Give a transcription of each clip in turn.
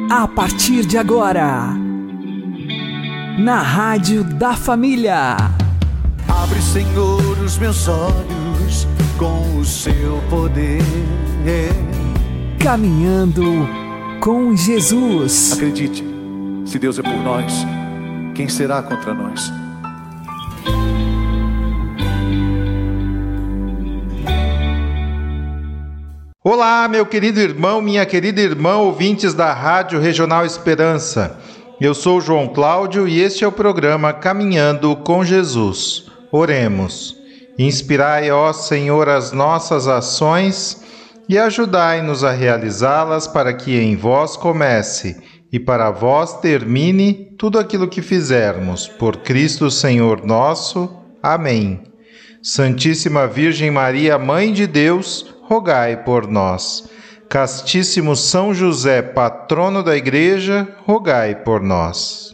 A partir de agora, na Rádio da Família. Abre, Senhor, os meus olhos com o seu poder. Caminhando com Jesus. Acredite, se Deus é por nós, quem será contra nós? Olá, meu querido irmão, minha querida irmã, ouvintes da Rádio Regional Esperança. Eu sou João Cláudio e este é o programa Caminhando com Jesus. Oremos. Inspirai, ó Senhor, as nossas ações e ajudai-nos a realizá-las para que em vós comece e para vós termine tudo aquilo que fizermos. Por Cristo Senhor nosso. Amém. Santíssima Virgem Maria, Mãe de Deus, rogai por nós. Castíssimo São José, patrono da Igreja, rogai por nós.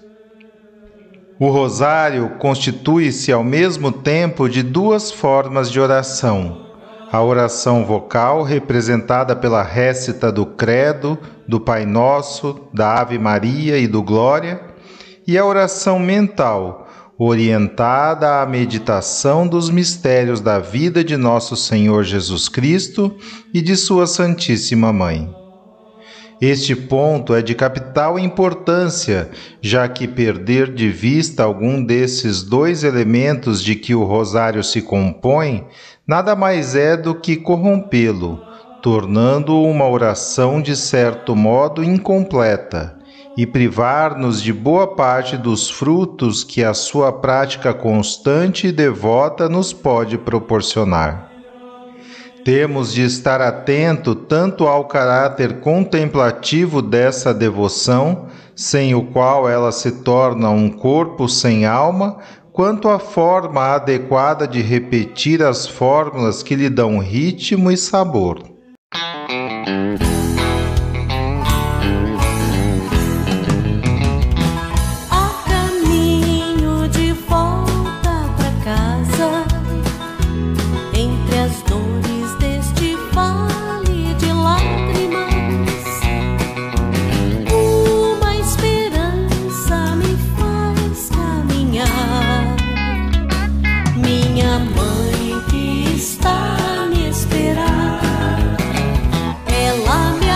O rosário constitui-se ao mesmo tempo de duas formas de oração. A oração vocal, representada pela récita do Credo, do Pai Nosso, da Ave Maria e do Glória, e a oração mental, orientada à meditação dos mistérios da vida de nosso Senhor Jesus Cristo e de sua Santíssima Mãe. Este ponto é de capital importância, já que perder de vista algum desses dois elementos de que o rosário se compõe, nada mais é do que corrompê-lo, tornando-o uma oração de certo modo incompleta, e privar-nos de boa parte dos frutos que a sua prática constante e devota nos pode proporcionar. Temos de estar atento tanto ao caráter contemplativo dessa devoção, sem o qual ela se torna um corpo sem alma, quanto à forma adequada de repetir as fórmulas que lhe dão ritmo e sabor. Mãe que está a me esperar, ela me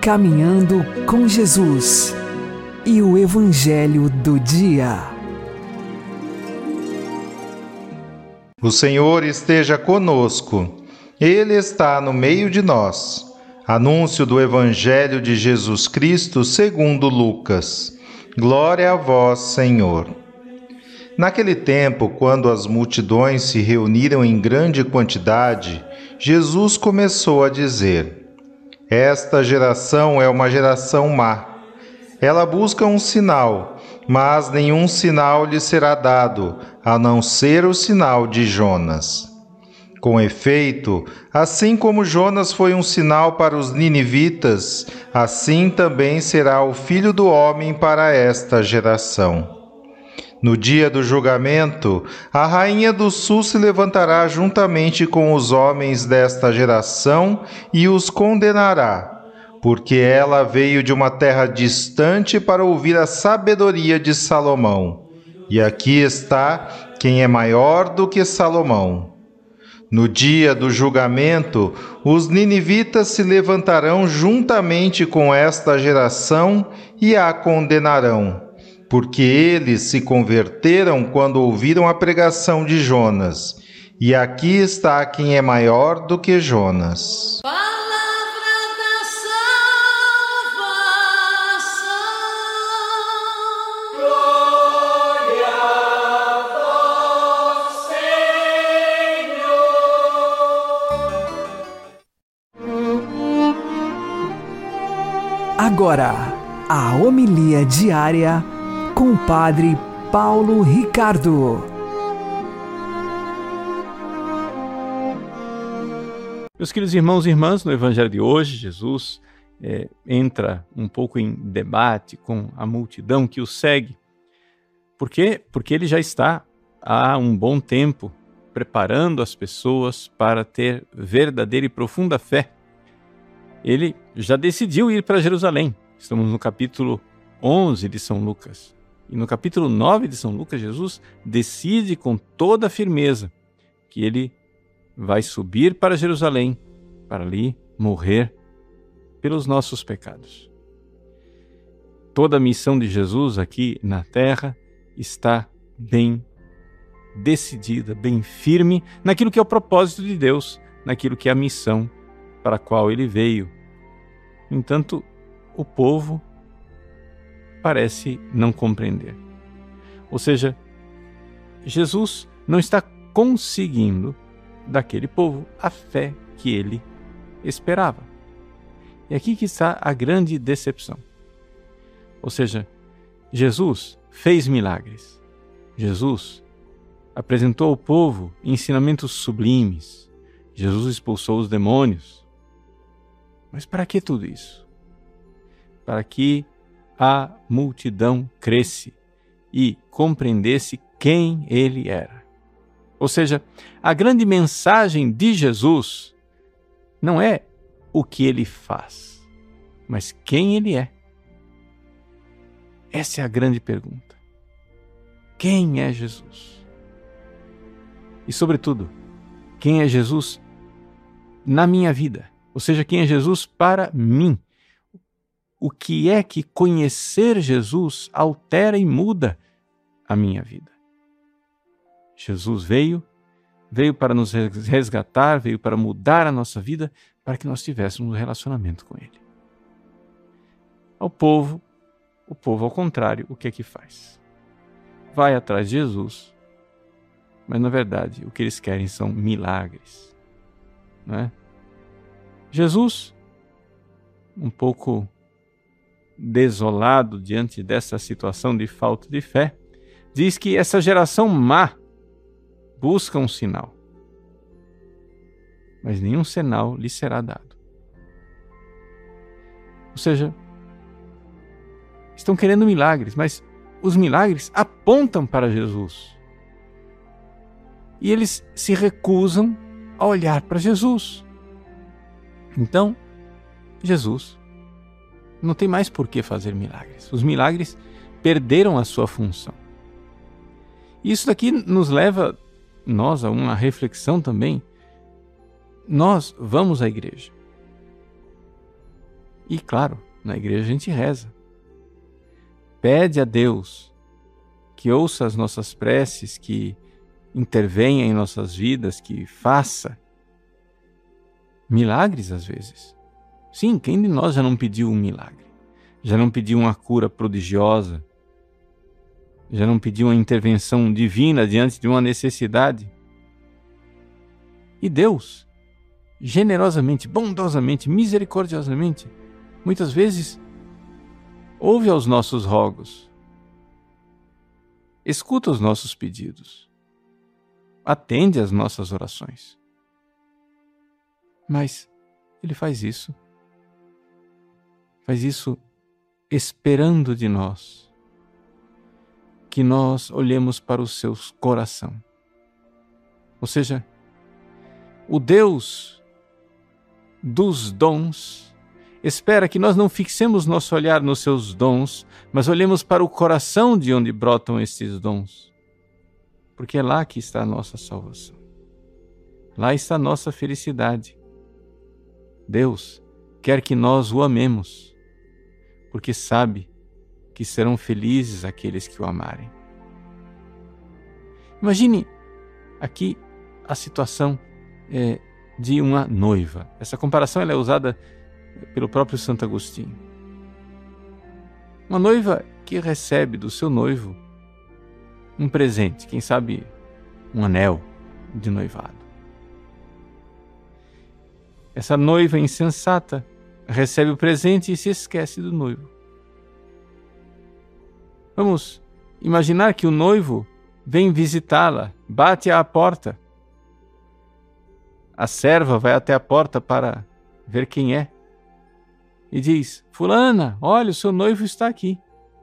Caminhando com Jesus e o Evangelho do Dia. O Senhor esteja conosco, Ele está no meio de nós. Anúncio do Evangelho de Jesus Cristo segundo Lucas. Glória a vós, Senhor. Naquele tempo, quando as multidões se reuniram em grande quantidade, Jesus começou a dizer: Esta geração é uma geração má. Ela busca um sinal, mas nenhum sinal lhe será dado, a não ser o sinal de Jonas. Com efeito, assim como Jonas foi um sinal para os ninivitas, assim também será o Filho do Homem para esta geração. No dia do julgamento, a rainha do sul se levantará juntamente com os homens desta geração e os condenará, porque ela veio de uma terra distante para ouvir a sabedoria de Salomão. E aqui está quem é maior do que Salomão. No dia do julgamento, os ninivitas se levantarão juntamente com esta geração e a condenarão, porque eles se converteram quando ouviram a pregação de Jonas. E aqui está quem é maior do que Jonas. Palavra da salvação. Glória a vós, Senhor. Agora, a homilia diária com o Padre Paulo Ricardo. Meus queridos irmãos e irmãs, no Evangelho de hoje, Jesus entra um pouco em debate com a multidão que o segue. Por quê? Porque ele já está há um bom tempo preparando as pessoas para ter verdadeira e profunda fé. Ele já decidiu ir para Jerusalém. Estamos no capítulo 11 de São Lucas. E no capítulo 9 de São Lucas, Jesus decide com toda a firmeza que ele vai subir para Jerusalém, para ali morrer pelos nossos pecados. Toda a missão de Jesus aqui na terra está bem decidida, bem firme naquilo que é o propósito de Deus, naquilo que é a missão para a qual ele veio. No entanto, o povo parece não compreender. Ou seja, Jesus não está conseguindo daquele povo a fé que ele esperava. E aqui que está a grande decepção. Ou seja, Jesus fez milagres. Jesus apresentou ao povo ensinamentos sublimes. Jesus expulsou os demônios. Mas para que tudo isso? Para que a multidão cresce e compreendesse quem ele era. Ou seja, a grande mensagem de Jesus não é o que ele faz, mas quem ele é. Essa é a grande pergunta. Quem é Jesus? E, sobretudo, quem é Jesus na minha vida? Ou seja, quem é Jesus para mim? O que é que conhecer Jesus altera e muda a minha vida? Jesus veio para nos resgatar, veio para mudar a nossa vida, para que nós tivéssemos um relacionamento com Ele. O povo, ao contrário, o que é que faz? Vai atrás de Jesus, mas na verdade o que eles querem são milagres, não é? Jesus, um pouco desolado diante dessa situação de falta de fé, diz que essa geração má busca um sinal, mas nenhum sinal lhe será dado. Ou seja, estão querendo milagres, mas os milagres apontam para Jesus. E eles se recusam a olhar para Jesus. Então, Jesus não tem mais por que fazer milagres. Os milagres perderam a sua função. Isso daqui nos leva, nós, a uma reflexão também. Nós vamos à igreja. E, claro, Na igreja a gente reza. Pede a Deus que ouça as nossas preces, que intervenha em nossas vidas, que faça milagres às vezes. Sim, quem de nós já não pediu um milagre? Já não pediu uma cura prodigiosa? Já não pediu uma intervenção divina diante de uma necessidade? E Deus, generosamente, bondosamente, misericordiosamente, muitas vezes ouve aos nossos rogos, escuta os nossos pedidos, atende às nossas orações. Mas Ele faz isso esperando de nós que nós olhemos para o seu coração. Ou seja, o Deus dos dons espera que nós não fixemos nosso olhar nos seus dons, mas olhemos para o coração de onde brotam esses dons. Porque é lá que está a nossa salvação. Lá está a nossa felicidade. Deus quer que nós o amemos, porque sabe que serão felizes aqueles que o amarem. Imagine aqui a situação de uma noiva. Essa comparação ela é usada pelo próprio Santo Agostinho. Uma noiva que recebe do seu noivo um presente, quem sabe um anel de noivado. Essa noiva insensata recebe o presente e se esquece do noivo. Vamos imaginar que o noivo vem visitá-la, bate à porta. A serva vai até a porta para ver quem é e diz: fulana, olha, o seu noivo está aqui.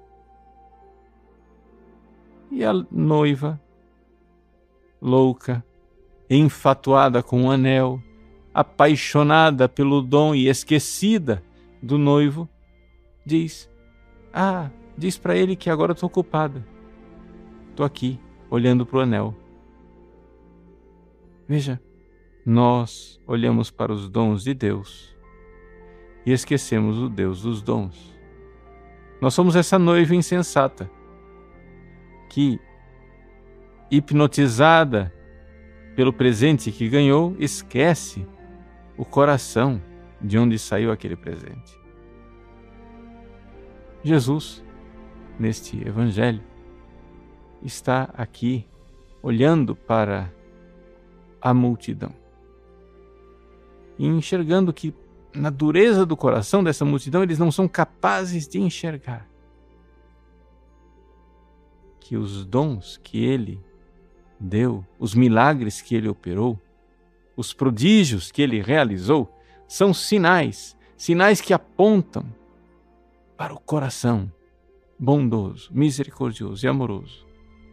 E a noiva, louca, enfatuada com um anel, apaixonada pelo dom e esquecida do noivo, diz: diz para ele que agora estou ocupada. Estou aqui, olhando para o anel. Veja, nós olhamos para os dons de Deus e esquecemos o Deus dos dons. Nós somos essa noiva insensata que, hipnotizada pelo presente que ganhou, esquece o coração de onde saiu aquele presente. Jesus, neste Evangelho, está aqui olhando para a multidão e enxergando que na dureza do coração dessa multidão eles não são capazes de enxergar que os dons que Ele deu, os milagres que Ele operou, os prodígios que Ele realizou, são sinais que apontam para o coração bondoso, misericordioso e amoroso.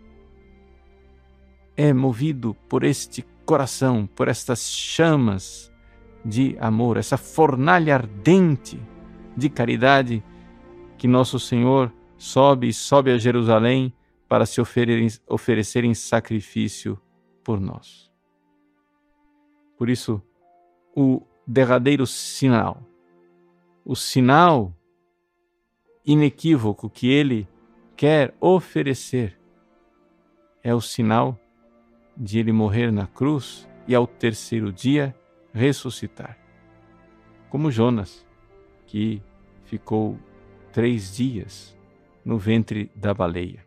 É movido por este coração, por estas chamas de amor, essa fornalha ardente de caridade que nosso Senhor sobe a Jerusalém para se oferecer em sacrifício por nós. Por isso, o derradeiro sinal, o sinal inequívoco que Ele quer oferecer é o sinal de Ele morrer na cruz e ao terceiro dia ressuscitar. Como Jonas, que ficou 3 dias no ventre da baleia.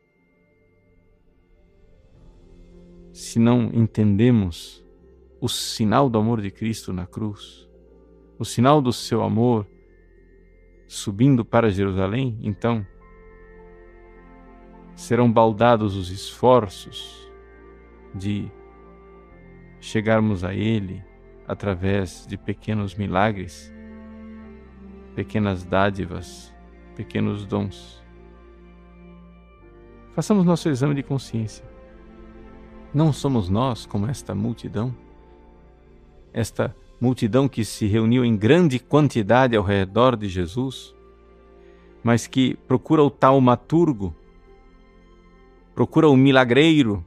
Se não entendemos o sinal do amor de Cristo na cruz, o sinal do seu amor subindo para Jerusalém, então serão baldados os esforços de chegarmos a Ele através de pequenos milagres, pequenas dádivas, pequenos dons. Façamos nosso exame de consciência. Não somos nós como esta multidão que se reuniu em grande quantidade ao redor de Jesus, mas que procura o taumaturgo, procura o milagreiro,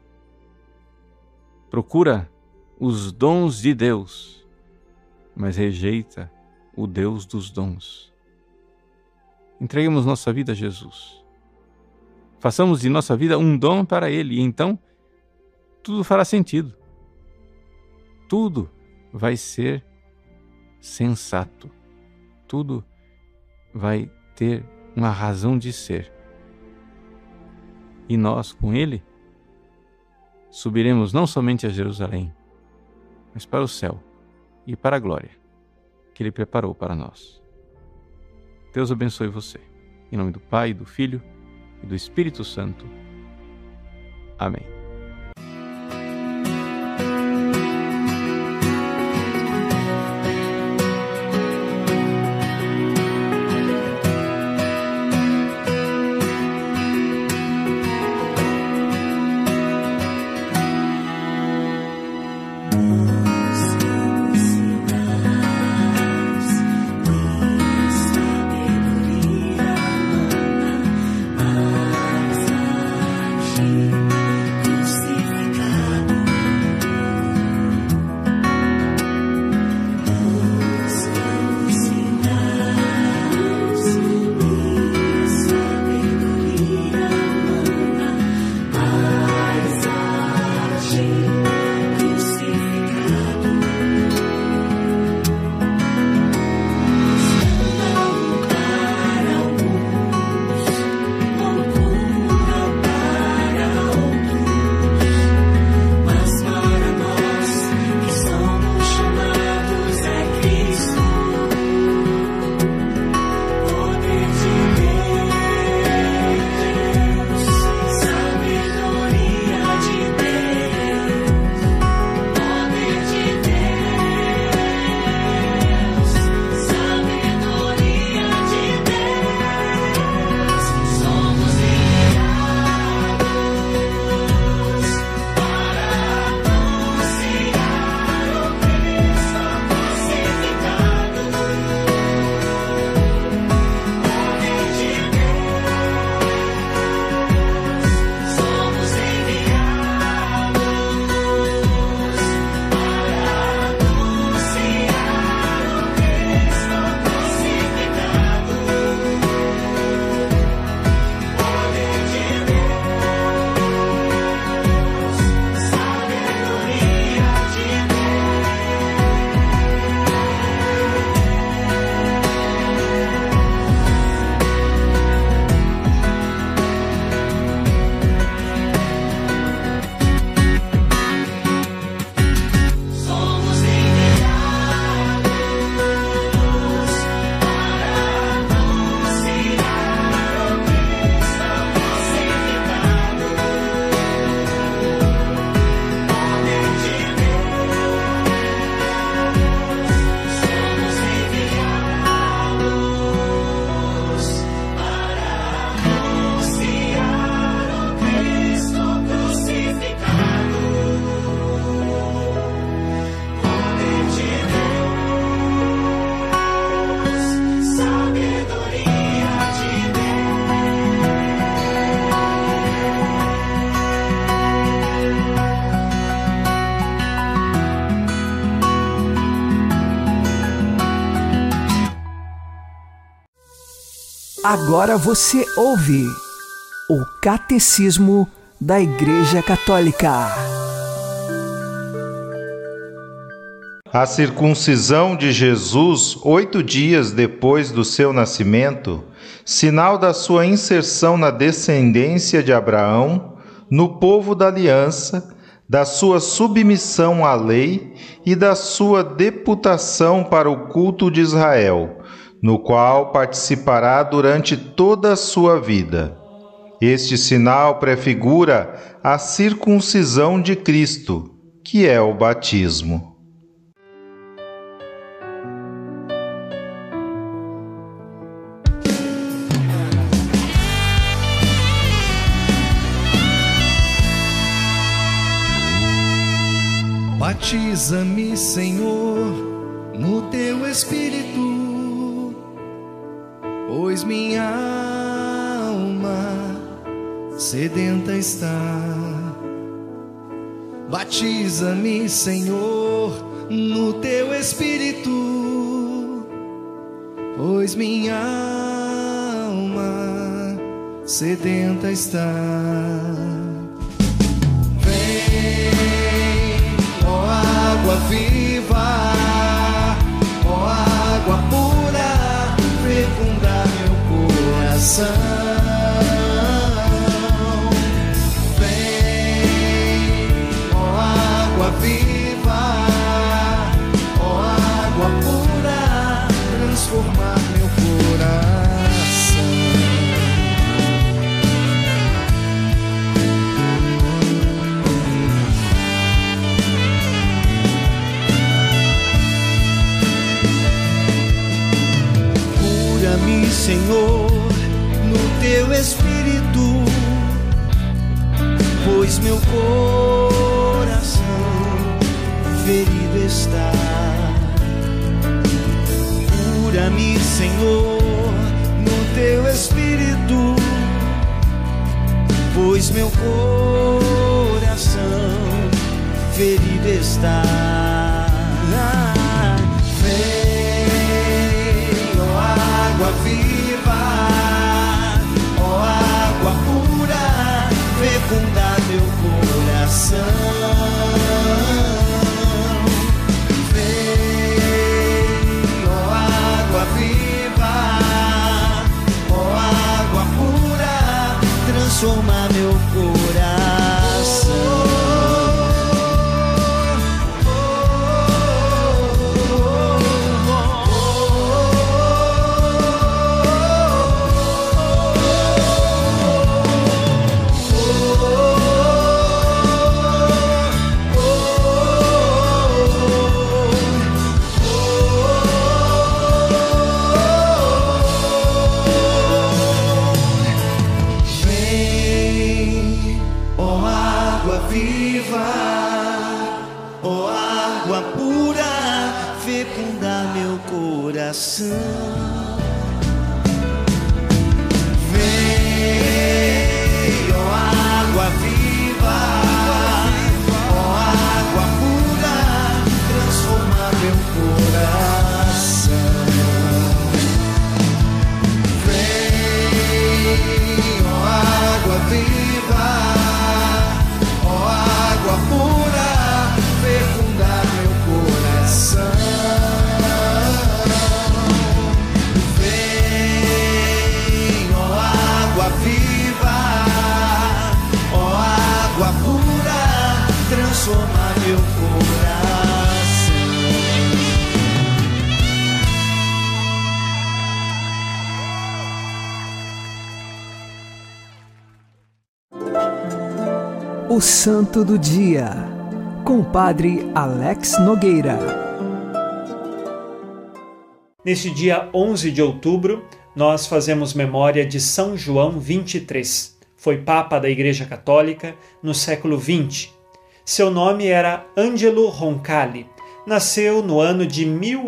procura os dons de Deus, mas rejeita o Deus dos dons. Entreguemos nossa vida a Jesus. Façamos de nossa vida um dom para Ele, e então tudo fará sentido. Tudo vai ser sensato. Tudo vai ter uma razão de ser. E nós, com Ele, subiremos não somente a Jerusalém, mas para o céu e para a glória que Ele preparou para nós. Deus abençoe você. Em nome do Pai, do Filho e do Espírito Santo. Amém. Agora você ouve o Catecismo da Igreja Católica. A circuncisão de Jesus 8 dias depois do seu nascimento, sinal da sua inserção na descendência de Abraão, no povo da aliança, da sua submissão à lei e da sua deputação para o culto de Israel, no qual participará durante toda a sua vida. Este sinal prefigura a circuncisão de Cristo, que é o batismo. Batiza-me, Senhor, no teu Espírito, pois minha alma sedenta está. Batiza-me, Senhor, no teu Espírito, pois minha sedenta está. Vem, ó água viva, ó água pura, fecundar meu coração. Vem, ó água viva, ó água pura, transformar meu coração. Cura-me, Senhor, no teu Espírito, pois meu coração ferido está. Cura-me, Senhor, no teu Espírito, pois meu coração ferido está. Vem, ó água viva, ó água pura, fecundar meu coração. Transformar meu coração. Vem, ó água viva, ó água pura, transformar meu coração. Vem, ó água viva, ó água pura, fecundar meu coração. Transformar meu coração. O Santo do Dia, com o Padre Alex Nogueira. Neste dia 11 de outubro, nós fazemos memória de São João 23. Foi Papa da Igreja Católica no século XX. Seu nome era Angelo Roncalli. Nasceu no ano de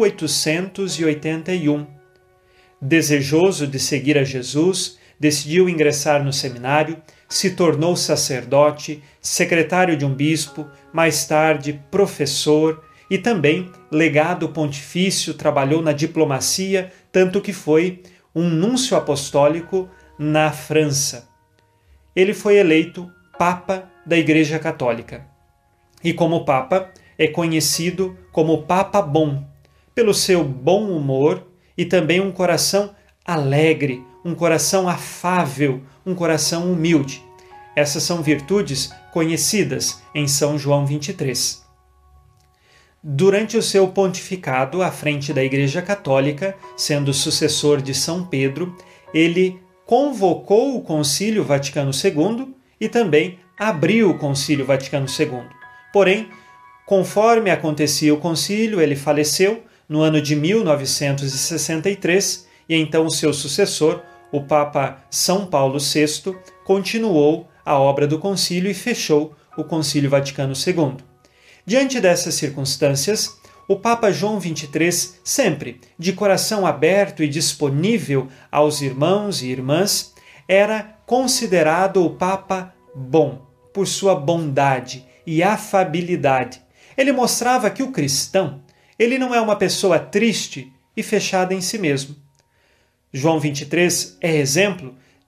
1881. Desejoso de seguir a Jesus, decidiu ingressar no seminário, se tornou sacerdote, secretário de um bispo, mais tarde professor e também legado pontifício, trabalhou na diplomacia, tanto que foi um núncio apostólico na França. Ele foi eleito Papa da Igreja Católica. E como Papa, é conhecido como Papa Bom, pelo seu bom humor e também um coração alegre, um coração afável, um coração humilde. Essas são virtudes conhecidas em São João 23. Durante o seu pontificado à frente da Igreja Católica, sendo sucessor de São Pedro, ele convocou o Concílio Vaticano II e também abriu o Concílio Vaticano II. Porém, conforme acontecia o concílio, ele faleceu no ano de 1963 e então o seu sucessor, o Papa São Paulo VI, continuou a obra do concílio e fechou o Concílio Vaticano II. Diante dessas circunstâncias, o Papa João XXIII, sempre de coração aberto e disponível aos irmãos e irmãs, era considerado o Papa bom, por sua bondade e afabilidade. Ele mostrava que o cristão, ele não é uma pessoa triste e fechada em si mesmo. João XXIII é exemplo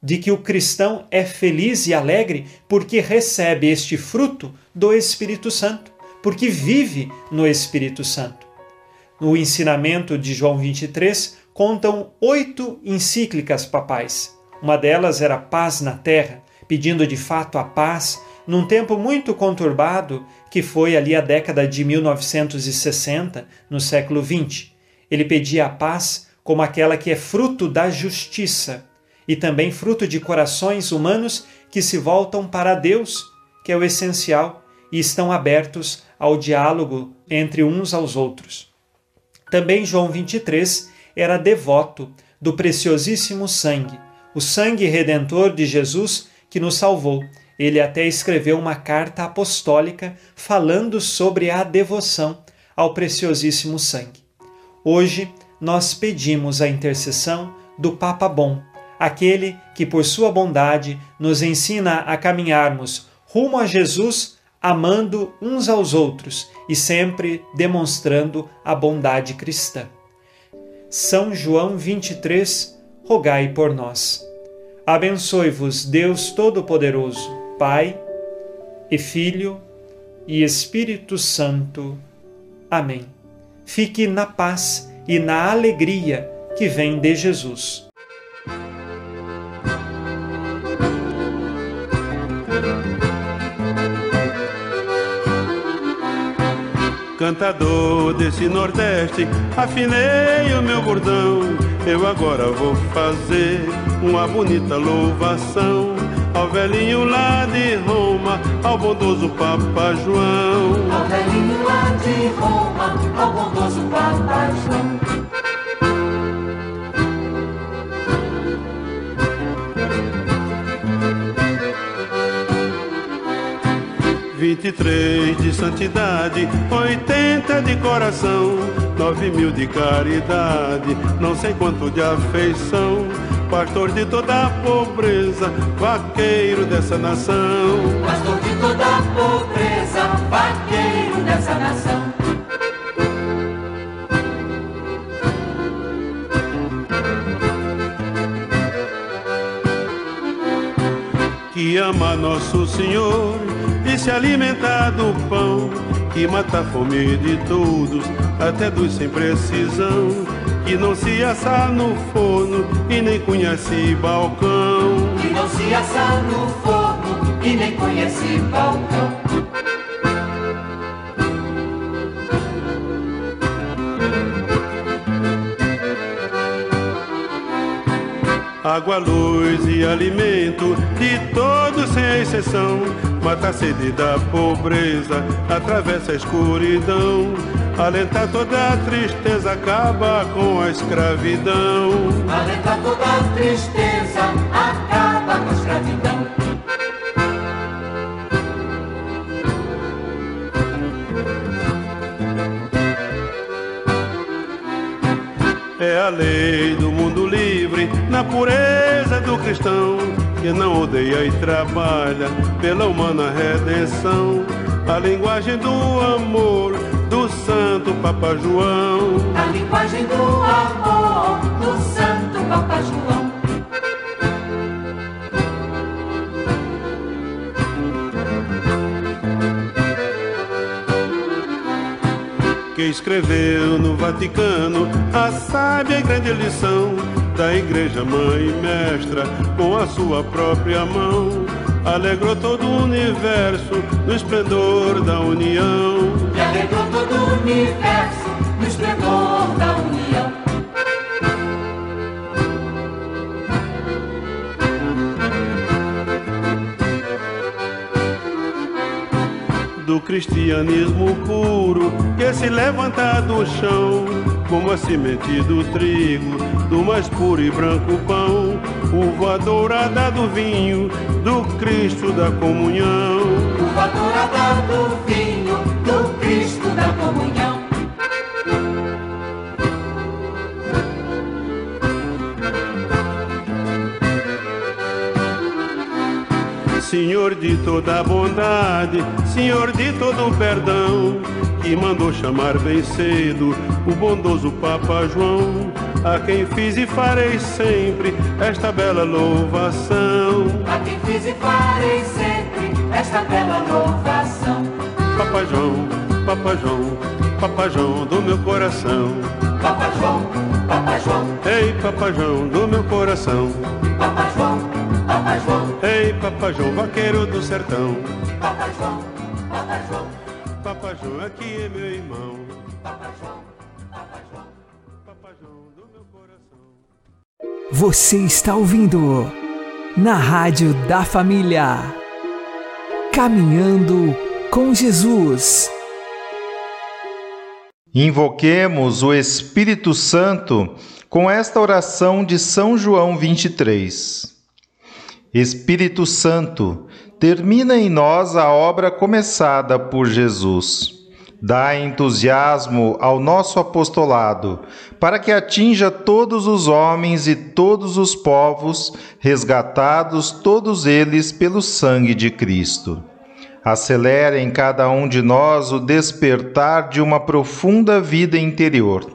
de que o cristão é feliz e alegre porque recebe este fruto do Espírito Santo, porque vive no Espírito Santo. No ensinamento de João 23, contam 8 encíclicas papais. Uma delas era Paz na Terra, pedindo de fato a paz num tempo muito conturbado que foi ali a década de 1960, no século XX. Ele pedia a paz como aquela que é fruto da justiça e também fruto de corações humanos que se voltam para Deus, que é o essencial, e estão abertos ao diálogo entre uns aos outros. Também João 23 era devoto do preciosíssimo sangue, o sangue redentor de Jesus que nos salvou. Ele até escreveu uma carta apostólica falando sobre a devoção ao preciosíssimo sangue. Hoje nós pedimos a intercessão do Papa Bom, aquele que por sua bondade nos ensina a caminharmos rumo a Jesus, amando uns aos outros e sempre demonstrando a bondade cristã. São João 23, rogai por nós. Abençoe-vos Deus Todo-Poderoso, Pai e Filho e Espírito Santo. Amém. Fique na paz e na alegria que vem de Jesus. Cantador desse Nordeste, afinei o meu bordão. Eu agora vou fazer uma bonita louvação ao velhinho lá de Roma, ao bondoso Papa João. Ao velhinho lá de Roma, ao bondoso Papa João. 23 de santidade, 80 de coração, 9.000 de caridade, não sei quanto de afeição. Pastor de toda a pobreza, vaqueiro dessa nação. Pastor de toda a pobreza, vaqueiro dessa nação. Que ama nosso Senhor e se alimenta do pão, que mata a fome de todos, até dos sem precisão, que não se assa no forno e nem conhece balcão. Que não se assa no forno e nem conhece balcão. Água, luz e alimento de todos sem exceção, mata a sede da pobreza, atravessa a escuridão, alenta toda a tristeza, acaba com a escravidão. Alenta toda a tristeza, acaba com a escravidão. É a lei do mundo livre, na pureza do cristão, que não odeia e trabalha pela humana redenção. A linguagem do amor do Santo Papa João. A linguagem do amor do Santo Papa João. Que escreveu no Vaticano a sábia e grande lição da Igreja Mãe e Mestra, com a sua própria mão, alegrou todo o universo no esplendor da união. E alegrou todo o universo no esplendor da união. Do cristianismo puro que se levanta do chão, como a semente do trigo, do mais puro e branco pão, uva dourada do vinho, do Cristo da comunhão. Uva dourada do vinho, do Cristo da comunhão. Senhor de toda a bondade, Senhor de todo o perdão, que mandou chamar bem cedo o bondoso Papa João, a quem fiz e farei sempre esta bela louvação. A quem fiz e farei sempre esta bela louvação. Papa João, Papa João, Papa João do meu coração. Papa João, Papa João, Ei, Papa João do meu coração. Papa João, Papa João, Ei, Papa João, vaqueiro do sertão. Papa João, Papa João, Papa João aqui é meu irmão. Papa João, Papa João, Papa João do meu coração. Você está ouvindo na Rádio da Família. Caminhando com Jesus. Invoquemos o Espírito Santo com esta oração de São João 23. Espírito Santo, termina em nós a obra começada por Jesus. Dá entusiasmo ao nosso apostolado, para que atinja todos os homens e todos os povos, resgatados todos eles pelo sangue de Cristo. Acelera em cada um de nós o despertar de uma profunda vida interior.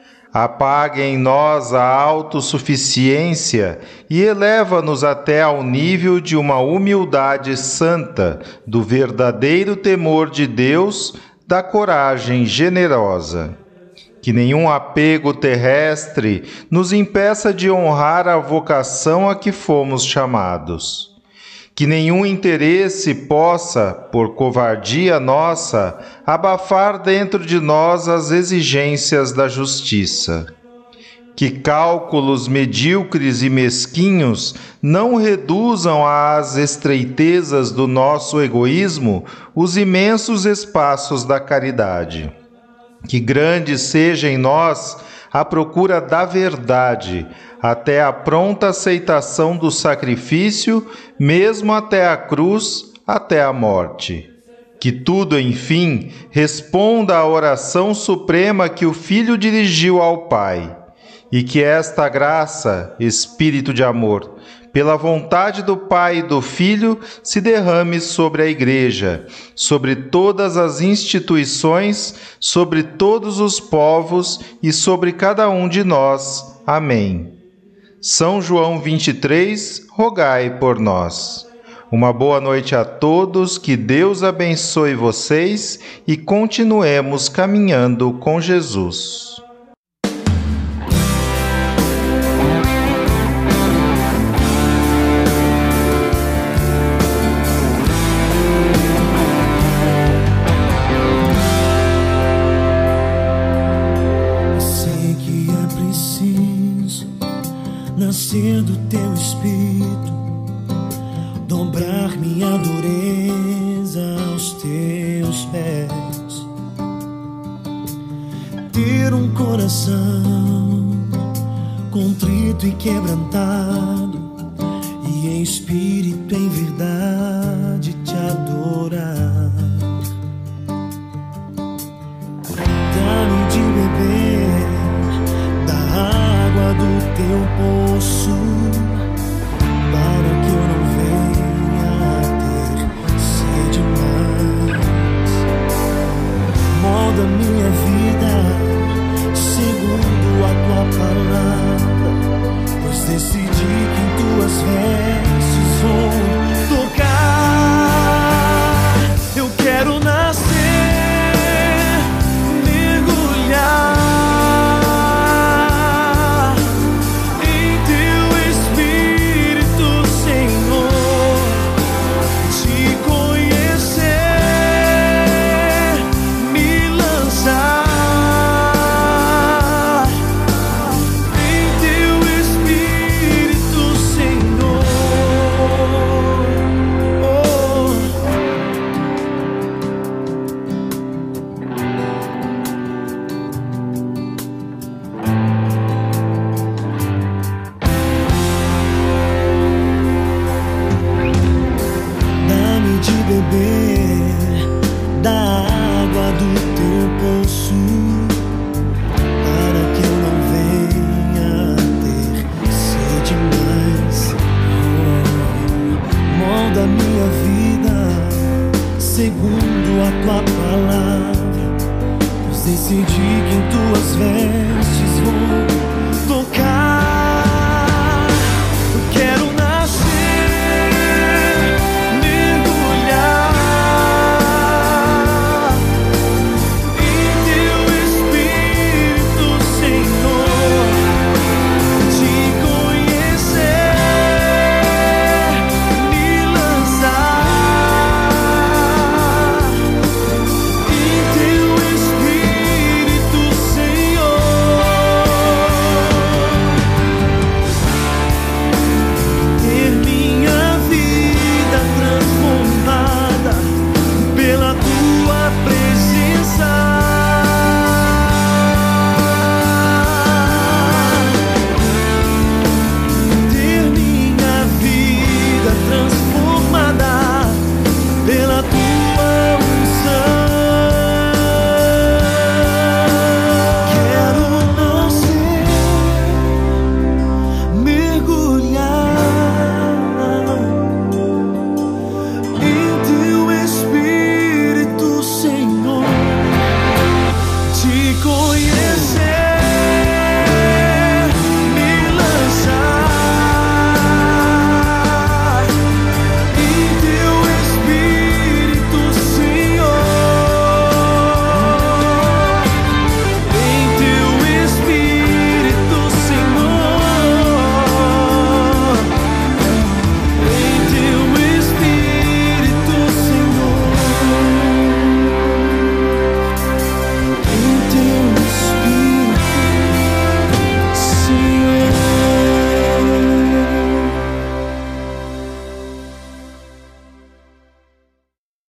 Apague em nós a autossuficiência e eleva-nos até ao nível de uma humildade santa, do verdadeiro temor de Deus, da coragem generosa. Que nenhum apego terrestre nos impeça de honrar a vocação a que fomos chamados. Que nenhum interesse possa, por covardia nossa, abafar dentro de nós as exigências da justiça. Que cálculos medíocres e mesquinhos não reduzam às estreitezas do nosso egoísmo os imensos espaços da caridade. Que grande seja em nós a procura da verdade, até a pronta aceitação do sacrifício, mesmo até a cruz, até a morte. Que tudo, enfim, responda à oração suprema que o Filho dirigiu ao Pai, e que esta graça, Espírito de amor, pela vontade do Pai e do Filho, se derrame sobre a Igreja, sobre todas as instituições, sobre todos os povos e sobre cada um de nós. Amém. São João 23, rogai por nós. Uma boa noite a todos, que Deus abençoe vocês e continuemos caminhando com Jesus. Nascer do teu espírito, dobrar minha dureza aos teus pés, ter um coração contrito e quebrantado, e em espírito, em verdade te adorar. Dá-me de beber água do teu poço, para que eu não venha a ter sede mais. Molda minha vida segundo a tua palavra, pois decidi que em tuas vestes vou tocar. te conhecer.